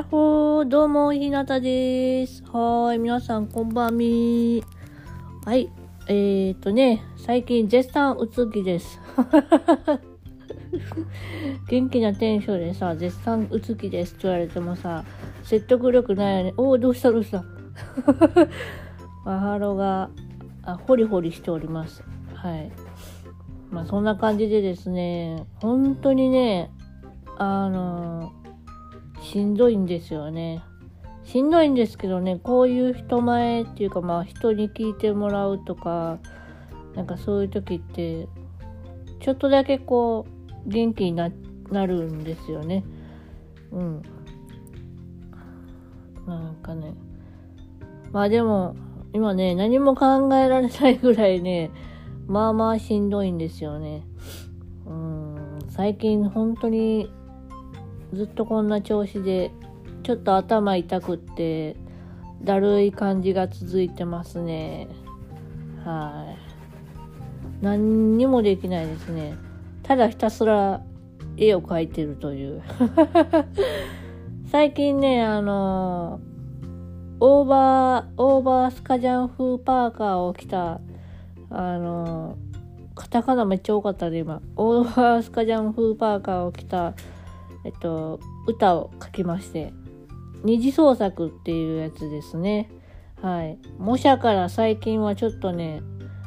やっほー、どうも、ひなたです。はーい、皆さん、こんばんみ。はい、最近絶賛うつ気です。元気なテンションでさ、絶賛うつ気ですって言われてもさ、説得力ないよね。おー、どうしたマハロがホリホリしております。はい。そんな感じでですね、本当にね、しんどいんですよね。しんどいんですけどね、こういう人前っていうか人に聞いてもらうとか、なんかそういう時ってちょっとだけこう元気になるんですよね。なんかね、でも今ね、何も考えられないぐらいね、しんどいんですよね。最近本当にずっとこんな調子でちょっと頭痛くってだるい感じが続いてますね。はい。何にもできないですね。ただひたすら絵を描いてるという最近ね、オーバースカジャン風パーカーを着たカタカナめっちゃ多かったね今。オーバースカジャン風パーカーを着た歌を書きまして、二次創作っていうやつですね。はい。模写から最近はちょっとね、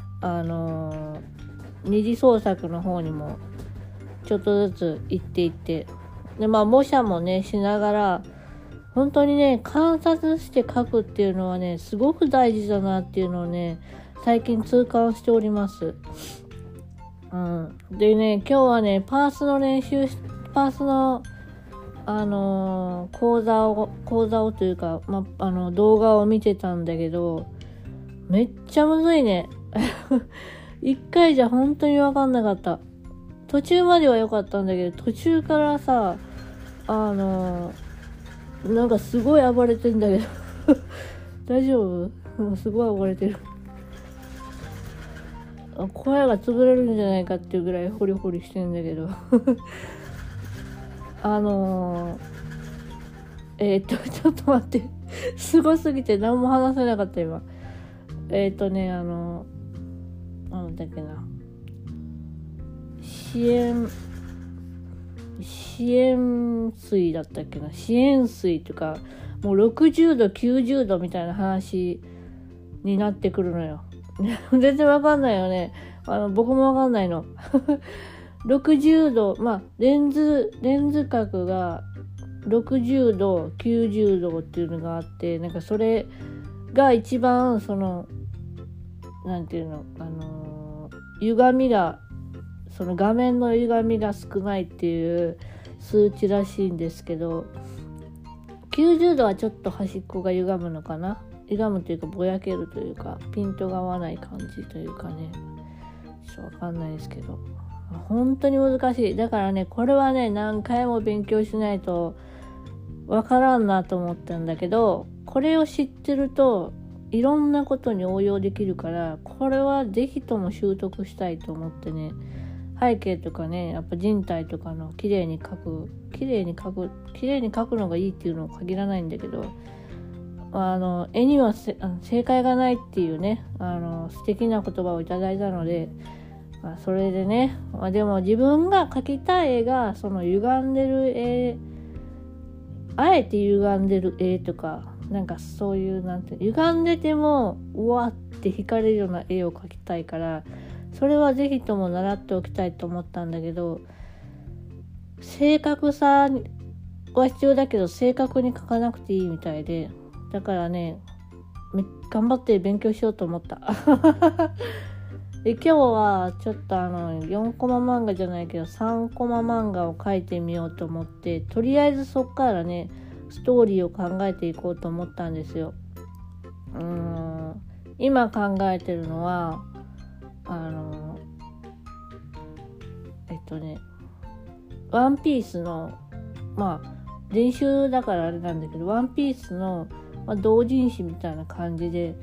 二次創作の方にもちょっとずつ行っていって、で模写もねしながら、本当にね観察して書くっていうのはねすごく大事だなっていうのをね最近痛感しております。でね、今日はねパースの講座をというか、動画を見てたんだけど、めっちゃむずいね。一回じゃ本当に分かんなかった。途中までは良かったんだけど、途中からさ、なんかすごい暴れてんだけど大丈夫？もうすごい暴れてる。声が潰れるんじゃないかっていうぐらいホリホリしてんだけどちょっと待って、すごすぎて何も話せなかった今。なんだっけな、支援水だったっけな、支援水とかもう60度90度みたいな話になってくるのよ。全然わかんないよね。僕もわかんないの。60度、レンズ角が60度90度っていうのがあって、なんかそれが一番なんていうの、歪みが、その画面の歪みが少ないっていう数値らしいんですけど、90度はちょっと端っこが歪むのかな。歪むというかぼやけるというか、ピントが合わない感じというかね、ちょっとわかんないですけど、本当に難しい。だからね、これはね何回も勉強しないとわからんなと思ったんだけど、これを知ってるといろんなことに応用できるから、これはぜひとも習得したいと思ってね、背景とかね、やっぱ人体とかの綺麗に描くのがいいっていうのを限らないんだけど、絵には正解がないっていうね、素敵な言葉をいただいたので、それでね、でも自分が描きたい絵がその歪んでる絵、あえて歪んでる絵とか、なんかそういう歪んでてもうわって惹かれるような絵を描きたいから、それはぜひとも習っておきたいと思ったんだけど、正確さは必要だけど正確に描かなくていいみたいで、だからね頑張って勉強しようと思ったで今日はちょっと4コマ漫画じゃないけど3コマ漫画を描いてみようと思って、とりあえずそっからねストーリーを考えていこうと思ったんですよ。今考えてるのはワンピースの練習だからあれなんだけど、ワンピースの、同人誌みたいな感じで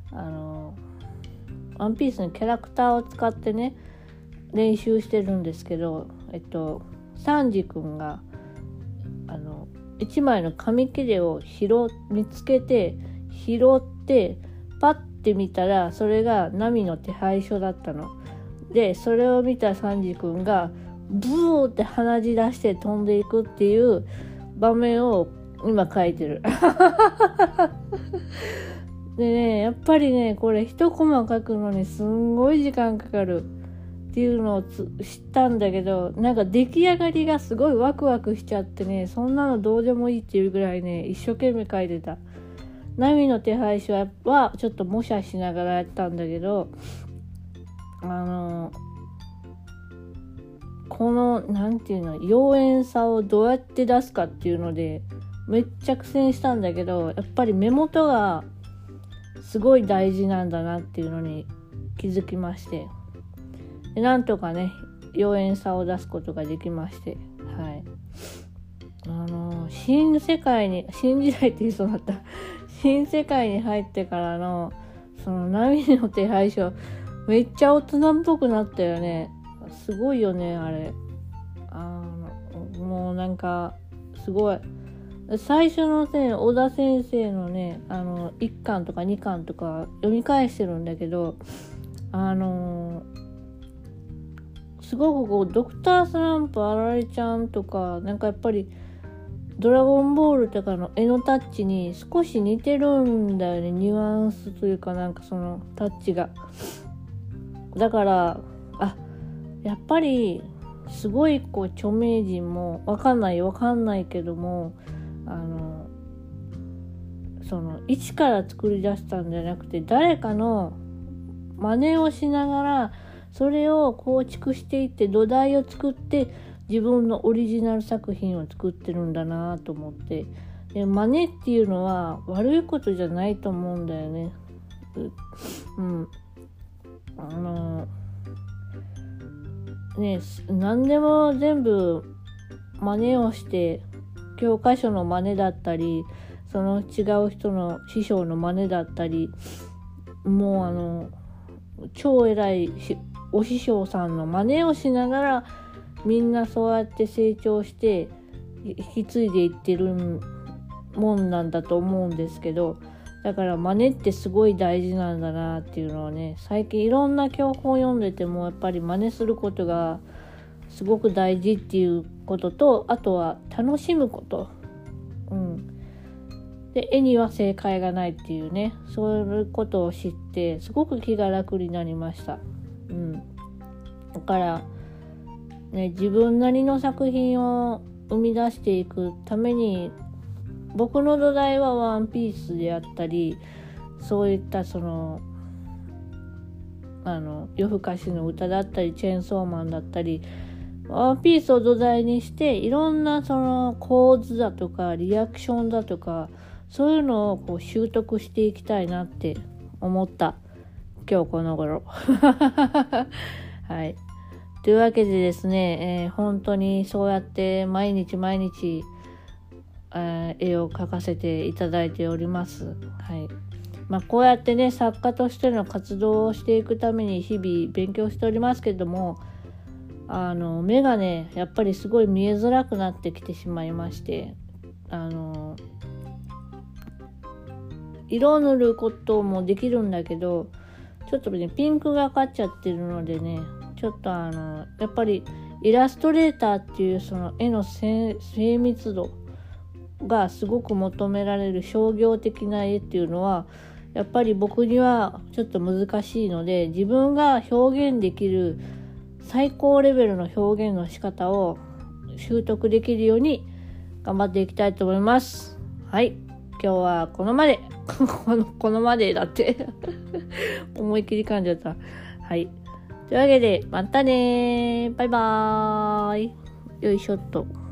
ワンピースのキャラクターを使ってね練習してるんですけど、サンジ君が 1枚の紙切れを見つけて拾ってパッて見たらそれがナミの手配書だったの。でそれを見たサンジ君がブーって鼻血出して飛んでいくっていう場面を今書いてるでね、やっぱりねこれ一コマ書くのにすんごい時間かかるっていうのを知ったんだけど、なんか出来上がりがすごいワクワクしちゃってね、そんなのどうでもいいっていうぐらいね一生懸命書いてた。ナミの手配書はちょっと模写しながらやったんだけど、このなんていうの、妖艶さをどうやって出すかっていうのでめっちゃ苦戦したんだけど、やっぱり目元がすごい大事なんだなっていうのに気づきまして、でなんとかね妖艶さを出すことができまして、はい、新時代って言いそうだった新世界に入ってからのそのナミの手配書めっちゃ大人っぽくなったよね。すごいよねあれ。もうなんかすごい最初のね小田先生のね1巻とか2巻とか読み返してるんだけど、すごくこうドクタースランプあられちゃんとかなんかやっぱりドラゴンボールとかの絵のタッチに少し似てるんだよね。ニュアンスというかなんかそのタッチが。だからやっぱりすごいこう著名人もわかんないけどもその一から作り出したんじゃなくて誰かの真似をしながらそれを構築していって土台を作って自分のオリジナル作品を作ってるんだなと思って、で真似っていうのは悪いことじゃないと思うんだよね。何でも全部真似をして教科書の真似だったりその違う人の師匠の真似だったりもう超偉いお師匠さんの真似をしながらみんなそうやって成長して引き継いでいってるもんなんだと思うんですけど、だから真似ってすごい大事なんだなっていうのはね、最近いろんな教本を読んでてもやっぱり真似することがすごく大事っていうことと、あとは楽しむこと、で絵には正解がないっていうね、そういうことを知ってすごく気が楽になりました。だからね、自分なりの作品を生み出していくために僕の土台はワンピースであったり、そういったその夜更かしの歌だったりチェーンソーマンだったり、ワンピースを土台にしていろんなその構図だとかリアクションだとかそういうのをこう習得していきたいなって思った今日この頃はい、というわけでですね、本当にそうやって毎日絵を描かせていただいております。こうやってね作家としての活動をしていくために日々勉強しておりますけども、目がねやっぱりすごい見えづらくなってきてしまいまして、色を塗ることもできるんだけどちょっとねピンクがかっちゃってるのでね、ちょっとやっぱりイラストレーターっていうその絵の精密度がすごく求められる商業的な絵っていうのはやっぱり僕にはちょっと難しいので、自分が表現できる最高レベルの表現の仕方を習得できるように頑張っていきたいと思います。はい、今日はこのまでこのまでだって思い切り噛んじゃった。はい、というわけでまたね、バイバーイ。よいしょっと。